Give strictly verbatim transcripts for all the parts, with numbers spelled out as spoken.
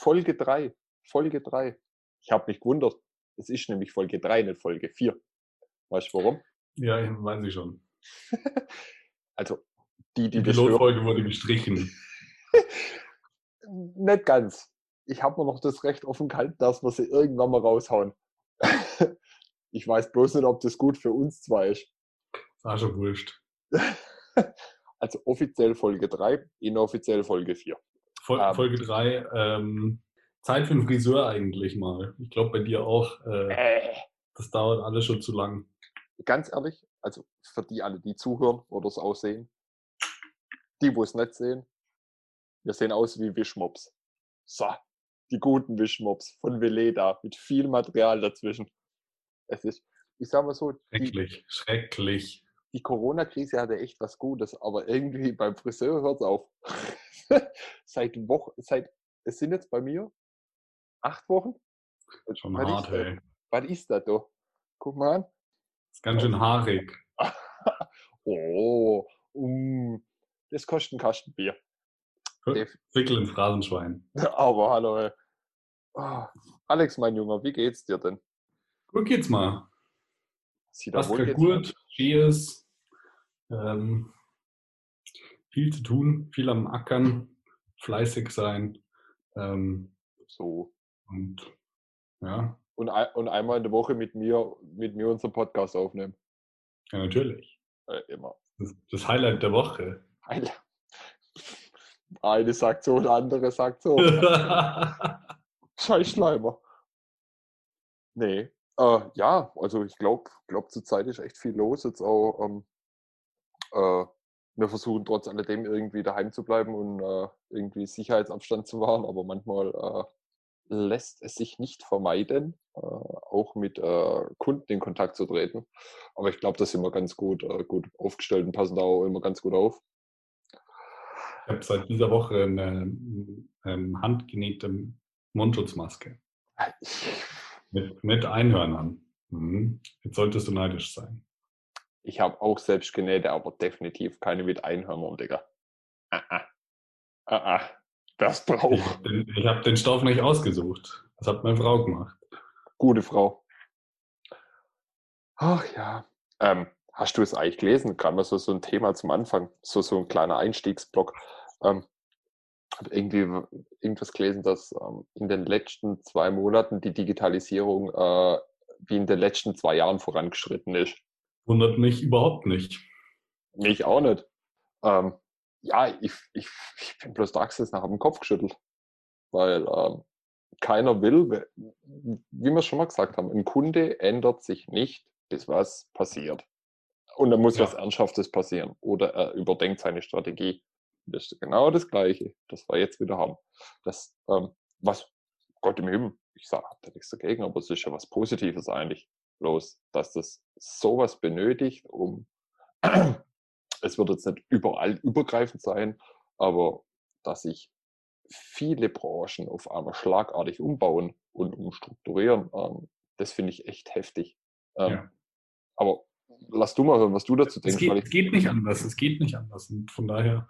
Folge drei. Folge drei. Ich habe mich gewundert. Es ist nämlich Folge drei, nicht Folge vier. Weißt du warum? Ja, weiß ich schon. Also, die, Die die das hören. Pilotfolge wurde gestrichen. Nicht ganz. Ich habe mir noch das Recht offen gehalten, dass wir sie irgendwann mal raushauen. Ich weiß bloß nicht, ob das gut für uns zwei ist. Ist auch schon wurscht. Also offiziell Folge drei, inoffiziell Folge vier. Fol Ähm, Folge drei. Ähm, Zeit für einen Friseur eigentlich mal. Ich glaube bei dir auch. Äh, äh, das dauert alles schon zu lang. Ganz ehrlich, also für die alle, die zuhören oder es auch sehen, die, wo es nicht sehen, wir sehen aus wie Wischmops. So, die guten Wischmops von Veleda mit viel Material dazwischen. Es ist, ich sag mal so, die, Schrecklich, schrecklich. die Corona-Krise hatte echt was Gutes, aber irgendwie beim Friseur hört es auf. seit Wochen, seit, es sind jetzt bei mir acht Wochen. Schon Was hart, ist das? hey. Was ist das da? Guck mal an. Ist ganz schön haarig. Oh, um, das kostet ein Kasten Bier. Wickel ins Phrasenschwein. Aber hallo, ey. Oh, Alex, mein Junge, wie geht's dir denn? Gut geht's mal. Sieht da Was wohl gerade geht's gut, Cheers. Ähm, viel zu tun, viel am Ackern, fleißig sein. Ähm, so. und ja, Und, ein, und einmal in der Woche mit mir, mit mir unseren Podcast aufnehmen. ja natürlich. Äh, immer. Das, das Highlight der Woche. Eine sagt so, der andere sagt so. Scheiß Schleimer. Nee. Äh, ja, also ich glaube, glaub, zur Zeit ist echt viel los. Jetzt auch, ähm, äh, wir versuchen trotz alledem irgendwie daheim zu bleiben und äh, irgendwie Sicherheitsabstand zu wahren, aber manchmal äh, lässt es sich nicht vermeiden, äh, auch mit äh, Kunden in Kontakt zu treten. Aber ich glaube, da sind wir ganz gut, äh, gut aufgestellt und passen da auch immer ganz gut auf. Ich habe seit dieser Woche eine, eine handgenähte Mundschutzmaske mit, mit Einhörnern. Mhm. Jetzt solltest du neidisch sein. Ich habe auch selbst genäht, aber definitiv keine mit Einhörnern, Digga. Ah, ah. Ah, ah. Das Ich braucht. habe den, ich hab den Stoff nicht ausgesucht. Das hat meine Frau gemacht. Gute Frau. Ach ja. Ähm, hast du es eigentlich gelesen? Gerade mal so, so ein Thema zum Anfang. So, so ein kleiner Einstiegsblock. Ähm, habe irgendwie irgendwas gelesen, dass ähm, in den letzten zwei Monaten die Digitalisierung äh, wie in den letzten zwei Jahren vorangeschritten ist. Wundert mich überhaupt nicht. Mich auch nicht. Ähm, ja, ich, ich, ich bin bloß da gesessen, habe den Kopf geschüttelt. Weil ähm, keiner will, wie wir schon mal gesagt haben, ein Kunde ändert sich nicht, bis was passiert. Und da muss Ja. was Ernsthaftes passieren. Oder er überdenkt seine Strategie. Das ist genau das Gleiche, das wir jetzt wieder haben. Das, ähm, was, Gott im Himmel, ich sage, hab da nichts dagegen, aber es ist ja was Positives eigentlich. Bloß, dass das sowas benötigt, um, es wird jetzt nicht überall übergreifend sein, aber dass sich viele Branchen auf einmal schlagartig umbauen und umstrukturieren, ähm, das finde ich echt heftig. Ähm, Ja. aber lass du mal hören, was du dazu Es denkst. Weil geht, ich, es geht nicht anders. Es geht nicht anders. Und von daher,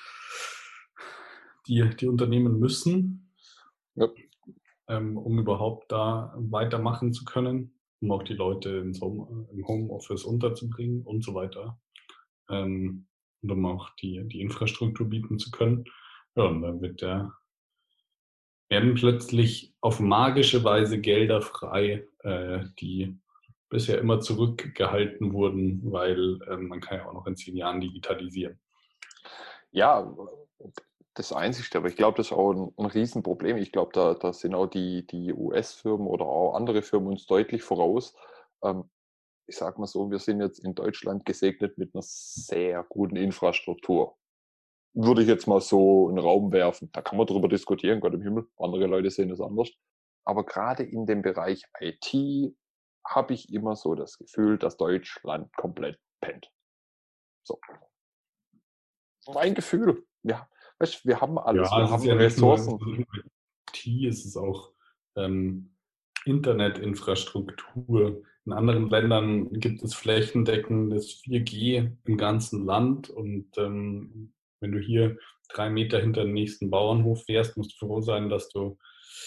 die, die Unternehmen müssen, ja, ähm, um überhaupt da weitermachen zu können, um auch die Leute ins Home, im Homeoffice unterzubringen und so weiter. Ähm, und um auch die, die Infrastruktur bieten zu können. Ja, und dann wird der, werden plötzlich auf magische Weise Gelder frei, äh, die bisher immer zurückgehalten wurden, weil äh, man kann ja auch noch in zehn Jahren digitalisieren. ja, das Einzige, aber ich glaube, das ist auch ein, ein Riesenproblem. Ich glaube, da, da sind auch die, die U S-Firmen oder auch andere Firmen uns deutlich voraus. Ähm, ich sage mal so, wir sind jetzt in Deutschland gesegnet mit einer sehr guten Infrastruktur. Würde ich jetzt mal so in den Raum werfen. Da kann man drüber diskutieren, Gott im Himmel. Andere Leute sehen das anders. Aber gerade in dem Bereich I T habe ich immer so das Gefühl, dass Deutschland komplett pennt. So. Mein Gefühl. Ja, weißt, wir haben alles. Ja, Wir es ist haben ja nicht nur, es Ressourcen. ist nicht nur I T, es ist auch ähm, Internetinfrastruktur. In anderen Ländern gibt es flächendeckendes vier G im ganzen Land und ähm, wenn du hier drei Meter hinter dem nächsten Bauernhof fährst, musst du froh sein, dass du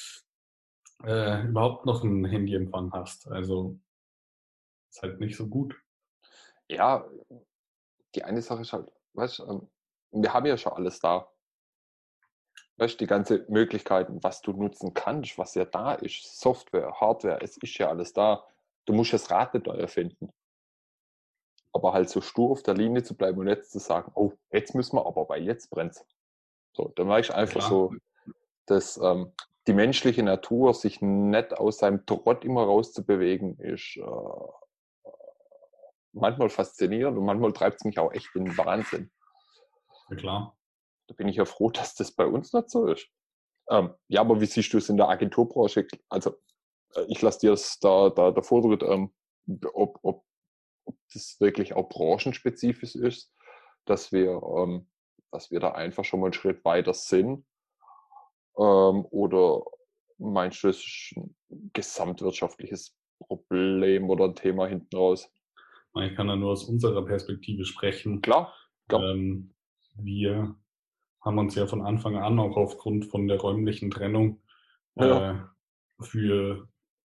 äh, überhaupt noch einen Handyempfang hast. Also ist halt nicht so gut. Ja, die eine Sache ist halt, weißt du, ähm, wir haben ja schon alles da. Weißt du, die ganze Möglichkeiten, was du nutzen kannst, was ja da ist, Software, Hardware, es ist ja alles da. Du musst das Rad nicht neu erfinden. Aber halt so stur auf der Linie zu bleiben und jetzt zu sagen, oh, jetzt müssen wir aber, weil jetzt brennt's. So, dann war ich einfach Klar, so, dass ähm, die menschliche Natur, sich nicht aus seinem Trott immer rauszubewegen, ist äh, manchmal faszinierend und manchmal treibt es mich auch echt in den Wahnsinn. ja klar. Da bin ich ja froh, dass das bei uns nicht so ist. Ähm, ja, aber wie siehst du es in der Agenturbranche? Also, äh, ich lasse dir das da, da, der Vortritt, ähm, ob, ob, ob das wirklich auch branchenspezifisch ist, dass wir, ähm, dass wir da einfach schon mal einen Schritt weiter sind. Ähm, oder meinst du, es ist ein gesamtwirtschaftliches Problem oder ein Thema hinten raus? Ich kann da nur aus unserer Perspektive sprechen. Klar, klar. Ähm, wir haben uns ja von Anfang an auch aufgrund von der räumlichen Trennung Ja, äh, für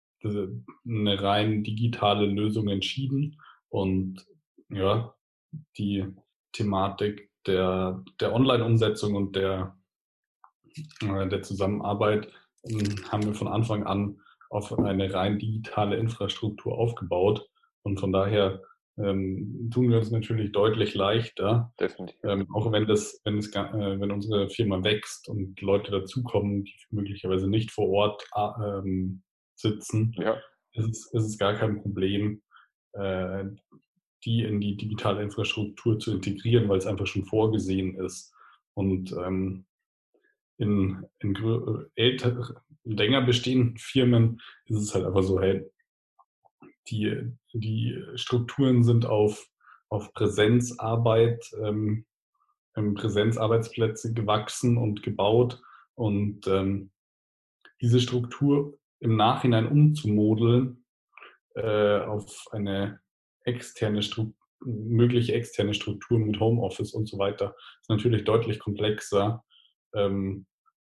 eine rein digitale Lösung entschieden. Und ja, die Thematik der, der Online-Umsetzung und der, äh, der Zusammenarbeit äh, haben wir von Anfang an auf eine rein digitale Infrastruktur aufgebaut. Und von daher ähm, tun wir uns natürlich deutlich leichter, definitiv. ähm, auch wenn das, wenn es, ga- äh, wenn unsere Firma wächst und Leute dazukommen, die möglicherweise nicht vor Ort äh, ähm, sitzen, Ja, ist es, ist es gar kein Problem, äh, die in die digitale Infrastruktur zu integrieren, weil es einfach schon vorgesehen ist. Und ähm, in, in grö- älter, länger bestehenden Firmen ist es halt einfach so, hey, die, die Strukturen sind auf, auf Präsenzarbeit, ähm, ähm, Präsenzarbeitsplätze gewachsen und gebaut. Und ähm, diese Struktur im Nachhinein umzumodeln äh, auf eine externe Struktur, mögliche externe Strukturen mit Homeoffice und so weiter, ist natürlich deutlich komplexer. Ähm,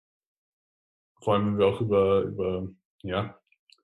vor allem, wenn wir auch über, über ja,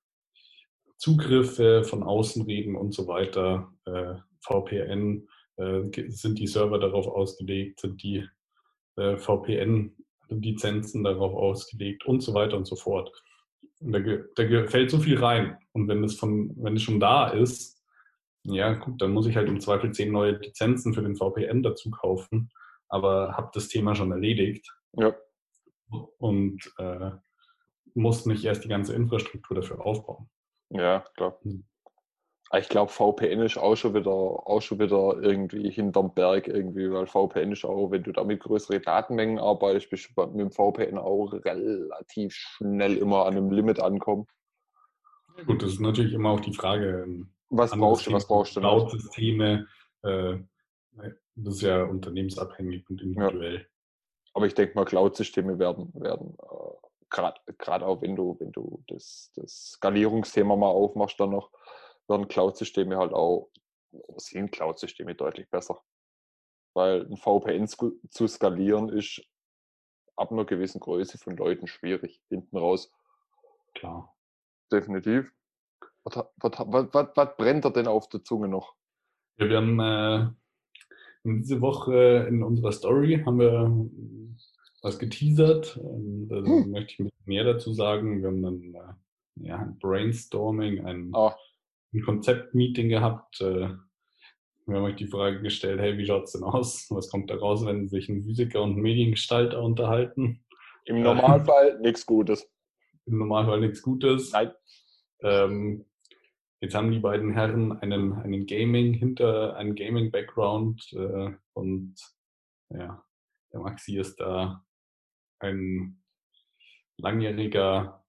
Zugriffe von außen reden und so weiter. Äh, V P N, äh, sind die Server darauf ausgelegt, sind die äh, V P N-Lizenzen darauf ausgelegt und so weiter und so fort. Und da, da fällt so viel rein. Und wenn es von, wenn es schon da ist, ja, gut, dann muss ich halt im Zweifel zehn neue Lizenzen für den V P N dazu kaufen, aber habe das Thema schon erledigt ja, und äh, muss nicht erst die ganze Infrastruktur dafür aufbauen. ja, klar. Hm. Ich glaube, V P N ist auch schon wieder, auch schon wieder irgendwie hinterm Berg irgendwie, weil V P N ist auch, wenn du da mit größeren Datenmengen arbeitest, bist du mit dem V P N auch relativ schnell immer an einem Limit ankommen. Ja, gut, das ist natürlich immer auch die Frage, ein Was anderes brauchst du, Thema, was brauchst du nicht? Cloud-Systeme, äh, das ist ja unternehmensabhängig und Ja. individuell. Aber ich denke mal, Cloud-Systeme werden, werden äh, gerade auch wenn du, wenn du das, das Skalierungsthema mal aufmachst, dann noch, werden Cloud-Systeme halt auch, sind Cloud-Systeme deutlich besser. Weil ein V P N zu skalieren ist ab einer gewissen Größe von Leuten schwierig, hinten raus. Klar. Definitiv. Was, was, was, was, was brennt da denn auf der Zunge noch? Ja, wir haben äh, diese Woche in unserer Story haben wir äh, was geteasert. Ähm, da Hm. möchte ich ein bisschen mehr dazu sagen. Wir haben dann äh, ja, ein Brainstorming, ein, Ah, ein Konzeptmeeting gehabt. Äh, wir haben euch die Frage gestellt, hey, wie schaut's denn aus? Was kommt da raus, wenn sich ein Physiker und ein Mediengestalter unterhalten? im Äh, Normalfall nichts Gutes. Im Normalfall nichts Gutes. Nein. Ähm, Jetzt haben die beiden Herren einen, einen Gaming hinter, einen Gaming-Background äh, und ja, der Maxi ist da ein langjähriger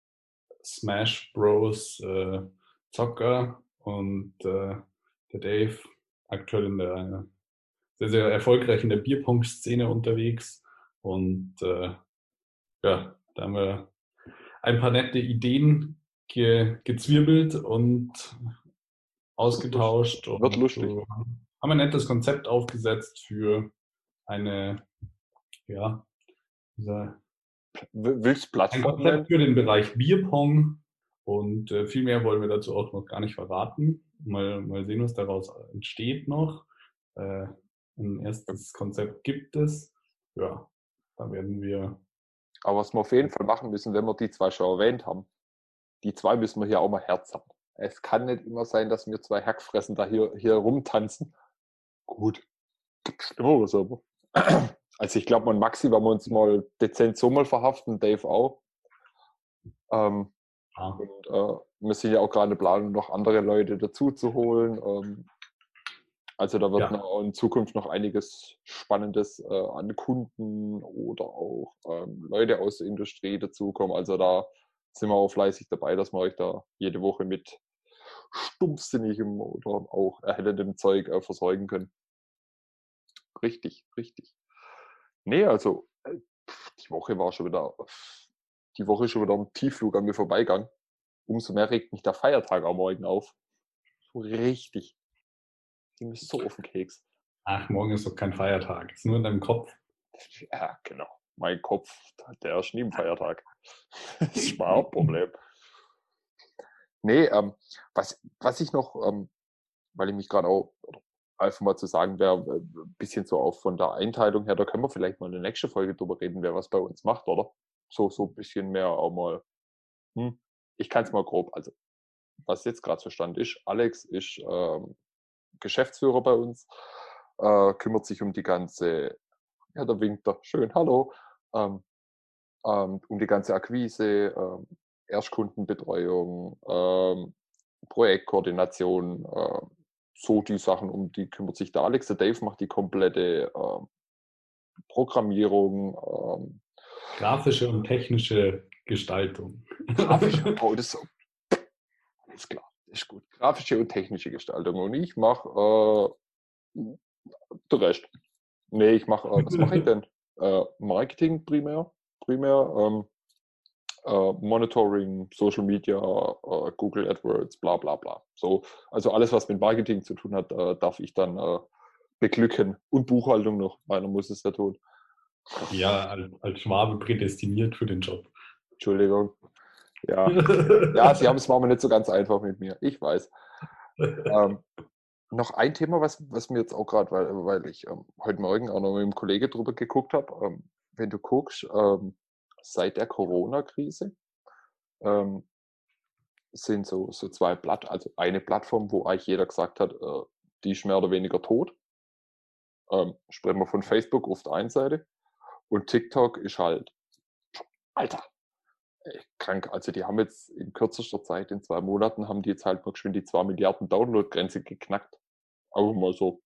Smash Bros. Äh, Zocker und äh, der Dave aktuell in der sehr, sehr erfolgreich in der Bierpong-Szene unterwegs und äh, ja, da haben wir ein paar nette Ideen ge gezwirbelt und Wird lustig. ausgetauscht Wird und lustig. so haben ein nettes Konzept aufgesetzt für eine ja, dieser Willst du ein Plattform Konzept nennen? für den Bereich Bierpong und äh, viel mehr wollen wir dazu auch noch gar nicht verraten. Mal, mal sehen, was daraus entsteht noch. Äh, ein erstes Konzept gibt es. Ja, da werden wir. Aber was wir auf jeden Fall machen müssen, wenn wir die zwei schon erwähnt haben, die zwei müssen wir hier auch mal Herz haben. Es kann nicht immer sein, dass wir zwei Hackfressen da hier, hier rumtanzen. Gut, gibt Schlimmeres aber. Also ich glaube, man Maxi, wenn wir uns mal dezent so mal verhaften, Dave auch. Ähm, Ja, und äh, wir sind ja auch gerade planen, noch andere Leute dazu zu holen. Ähm, also da wird ja, noch auch in Zukunft noch einiges Spannendes äh, an Kunden oder auch ähm, Leute aus der Industrie dazukommen. Also da sind wir auch fleißig dabei, dass wir euch da jede Woche mit stumpfsinnigem oder auch erhellendem Zeug äh, versorgen können. Richtig, richtig. Nee, also äh, die Woche war schon wieder, die Woche ist schon wieder ein Tiefflug an mir vorbeigegangen. Umso mehr regt mich der Feiertag am Morgen auf. So richtig. Die mir so auf den Keks. ach, morgen ist doch kein Feiertag. Ist nur in deinem Kopf. Ja, genau. Mein Kopf, der ist nie im Feiertag. Das ist mein Hauptproblem. Nee, ähm, was, was ich noch, ähm, weil ich mich gerade auch, oder einfach mal zu sagen wäre, ein bisschen so auch von der Einteilung her, da können wir vielleicht mal in der nächsten Folge drüber reden, wer was bei uns macht, oder? So, so ein bisschen mehr auch mal, hm, ich kann es mal grob, also was jetzt gerade so Stand ist, Alex ist ähm, Geschäftsführer bei uns, äh, kümmert sich um die ganze, ja, da winkt er, schön, hallo, ähm, ähm, um die ganze Akquise, ähm, Erstkundenbetreuung, ähm, Projektkoordination, äh, so die Sachen, um die kümmert sich der Alex. Der Dave macht die komplette äh, Programmierung, ähm, Grafische und technische Gestaltung. grafische, oh, das ist so, ist klar, ist gut. Grafische und technische Gestaltung. Und ich mache äh, den Rest. Nee, ich mache, äh, was mache ich denn? Äh, Marketing primär, primär, ähm, äh, Monitoring, Social Media, äh, Google AdWords, bla bla bla. So, also alles, was mit Marketing zu tun hat, äh, darf ich dann äh, beglücken. Und Buchhaltung noch. Einer muss es ja tun. Ja, als, als Schwabe prädestiniert für den Job. Entschuldigung. Ja. Ja, Sie haben es war mir nicht so ganz einfach mit mir. Ich weiß. Ähm, noch ein Thema, was, was mir jetzt auch gerade, weil, weil ich ähm, heute Morgen auch noch mit einem Kollegen drüber geguckt habe. Ähm, wenn du guckst, ähm, seit der Corona-Krise ähm, sind so, so zwei Platt, also eine Plattform, wo eigentlich jeder gesagt hat, äh, die ist mehr oder weniger tot. Ähm, sprechen wir von Facebook auf der einen Seite und TikTok ist halt, Alter, ey, krank. Also die haben jetzt in kürzester Zeit, in zwei Monaten, haben die jetzt halt mal geschwind die zwei Milliarden Download-Grenze geknackt. Auch mal so.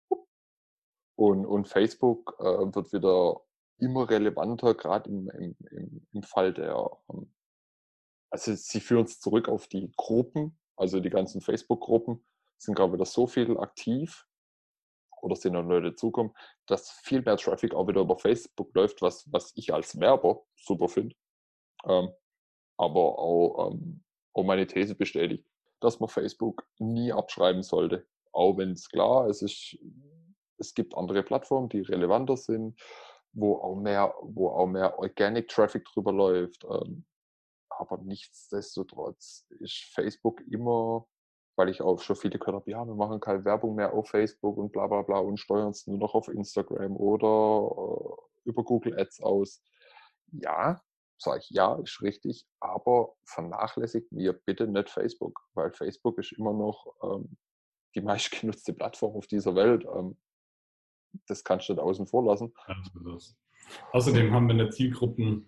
Und, und Facebook äh, wird wieder immer relevanter, gerade im, im, im, im Fall der, ähm, also sie führen es zurück auf die Gruppen, also die ganzen Facebook-Gruppen sind gerade wieder so viel aktiv oder sind noch Leute dazukommen, dass viel mehr Traffic auch wieder über Facebook läuft, was, was ich als Werber super finde. Ähm, aber auch, ähm, auch meine These bestätigt, dass man Facebook nie abschreiben sollte. Auch wenn es klar, es ist, es gibt andere Plattformen, die relevanter sind, wo auch mehr, wo auch mehr Organic Traffic drüber läuft. Ähm, aber nichtsdestotrotz ist Facebook immer, weil ich auch schon viele gehört habe, ja, wir machen keine Werbung mehr auf Facebook und bla bla bla und steuern es nur noch auf Instagram oder äh, über Google Ads aus. Ja, sage ich, ja, ist richtig, aber vernachlässigt mir bitte nicht Facebook, weil Facebook ist immer noch ähm, die meistgenutzte Plattform auf dieser Welt. Ähm, das kannst du nicht außen vor lassen. Also außerdem haben wir eine Zielgruppen,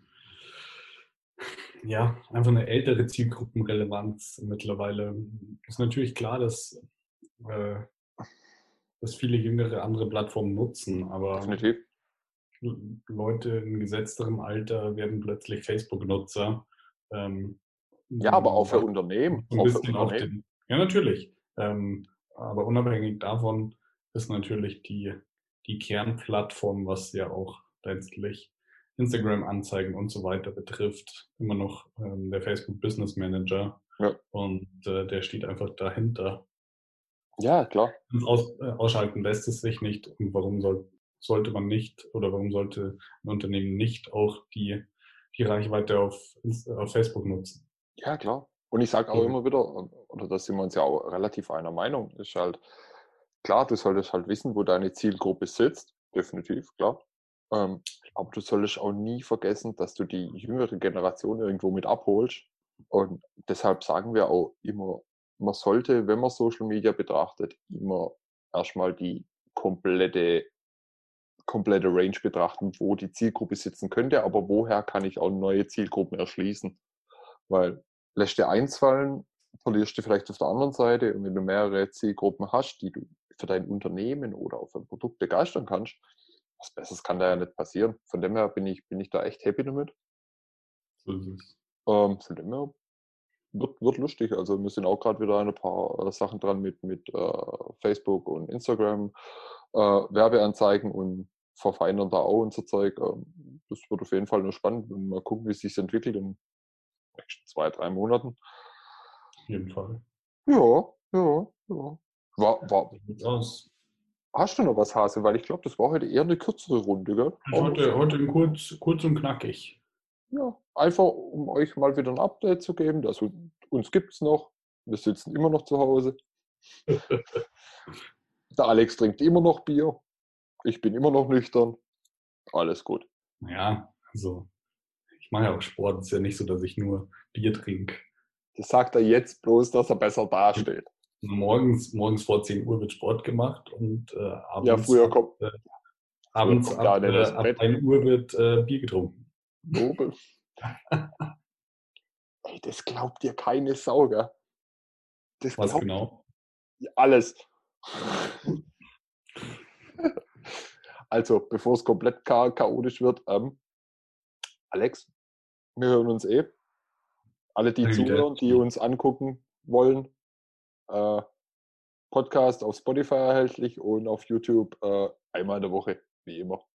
ja, einfach eine ältere Zielgruppenrelevanz mittlerweile. Ist natürlich klar, dass, äh, dass viele Jüngere andere Plattformen nutzen, aber Definitiv. Leute in gesetzterem Alter werden plötzlich Facebook-Nutzer. Ähm, Ja, aber auch man für macht Unternehmen. so ein Auch für bisschen auch Unternehmen. den, ja natürlich, ähm, aber unabhängig davon ist natürlich die, die Kernplattform, was ja auch letztlich Instagram-Anzeigen und so weiter betrifft, immer noch ähm, der Facebook Business Manager Ja, und äh, der steht einfach dahinter. ja klar. Aus, äh, ausschalten lässt es sich nicht und warum soll sollte man nicht oder warum sollte ein Unternehmen nicht auch die, die Reichweite auf, Insta- auf Facebook nutzen? Ja, klar. Und ich sage auch immer wieder, oder da sind wir uns ja auch relativ einer Meinung, ist halt klar, du solltest halt wissen, wo deine Zielgruppe sitzt, definitiv, klar. Ähm, aber du solltest auch nie vergessen, dass du die jüngere Generation irgendwo mit abholst. Und deshalb sagen wir auch immer, man sollte, wenn man Social Media betrachtet, immer erstmal die komplette, komplette Range betrachten, wo die Zielgruppe sitzen könnte, aber woher kann ich auch neue Zielgruppen erschließen? Weil lässt dir eins fallen, verlierst du vielleicht auf der anderen Seite. Und wenn du mehrere Zielgruppen hast, die du für dein Unternehmen oder auch für ein Produkt begeistern kannst, was Besseres kann da ja nicht passieren. Von dem her bin ich, bin ich da echt happy damit. So ist es. Ähm, von dem her wird, wird lustig. Also wir sind auch gerade wieder ein paar äh, Sachen dran mit, mit äh, Facebook und Instagram, äh, Werbeanzeigen und verfeinern da auch unser Zeug. Ähm, das wird auf jeden Fall nur spannend und mal gucken, wie es sich entwickelt in den nächsten zwei, drei Monaten. Auf jeden Fall. Ja, ja, ja. War, war, So sieht's aus. hast du noch was, Hase? Weil ich glaube, das war heute eher eine kürzere Runde, gell? Also Aber heute, heute kurz, kurz und knackig. ja, einfach um euch mal wieder ein Update zu geben. Das, uns gibt es noch. Wir sitzen immer noch zu Hause. Der Alex trinkt immer noch Bier. Ich bin immer noch nüchtern. Alles gut. Naja, also ich mache ja auch Sport. Es ist ja nicht so, dass ich nur Bier trinke. Das sagt er jetzt bloß, dass er besser dasteht. Morgens, morgens vor zehn Uhr wird Sport gemacht und äh, Ja, abends, früher ab, kommt, äh, früher abends kommt er ab, nicht äh, aus dem ab Bett. ein Uhr wird äh, Bier getrunken. Nobel. Ey, das glaubt dir keine Sau, gell? Das Was glaubt genau? dir alles. Also, bevor es komplett cha chaotisch wird, ähm, Alex, wir hören uns eh. Alle, die zuhören, die uns angucken wollen, äh, Podcast auf Spotify erhältlich und auf YouTube äh, einmal in der Woche, wie immer.